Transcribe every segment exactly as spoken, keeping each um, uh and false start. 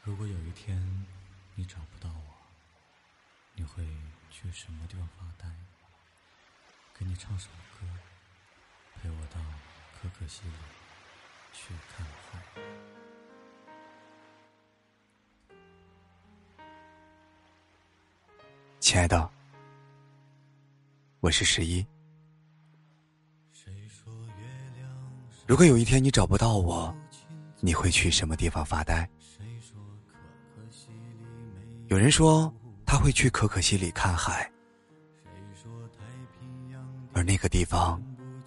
如果有一天你找不到我，你会去什么地方发呆？给你唱首歌，陪我到可可西里去看海。 亲爱的，我是十一。如果有一天你找不到我，你会去什么地方发呆？有人说他会去可可西里看海，而那个地方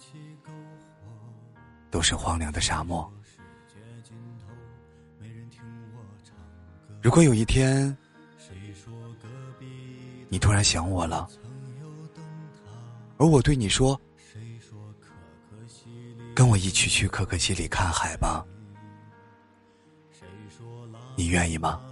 都是荒凉的沙漠。如果有一天你突然想我了，而我对你说，跟我一起去可可西里看海吧，你愿意吗？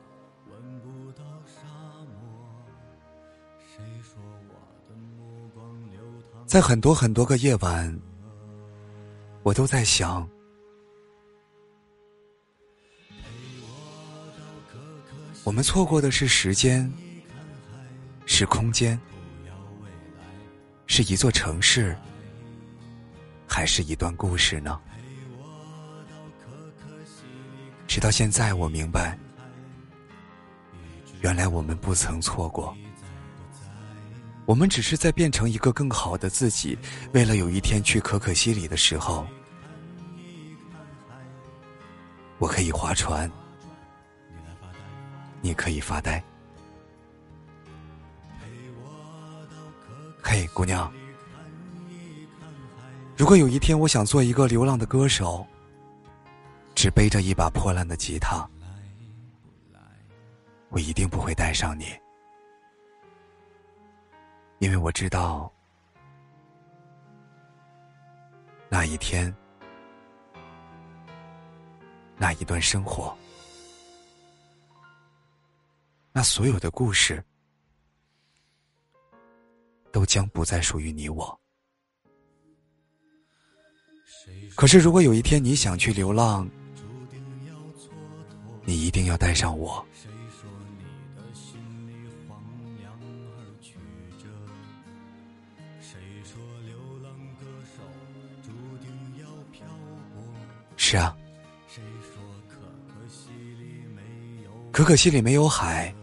在很多很多个夜晚，我都在想，我们错过的是时间，是空间，是一座城市，还是一段故事呢？直到现在我明白，原来我们不曾错过，我们只是在变成一个更好的自己，为了有一天去可可西里的时候，我可以划船，你可以发呆。嘿，姑娘，如果有一天我想做一个流浪的歌手，只背着一把破烂的吉他，我一定不会带上你，因为我知道那一天，那一段生活，那所有的故事都将不再属于你我。可是如果有一天你想去流浪，你一定要带上我。是啊，可可西里没有海，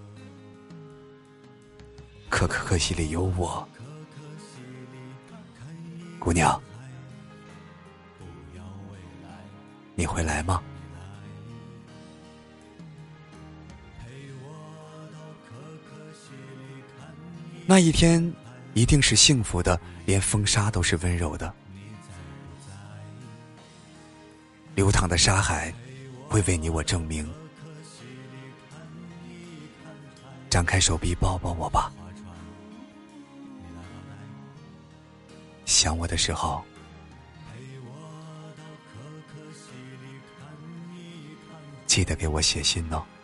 可可可西里有我。姑娘，你会来吗？那一天一定是幸福的，连风沙都是温柔的。流淌的沙海会为你我证明。张开手臂抱抱我吧，想我的时候记得给我写信哦。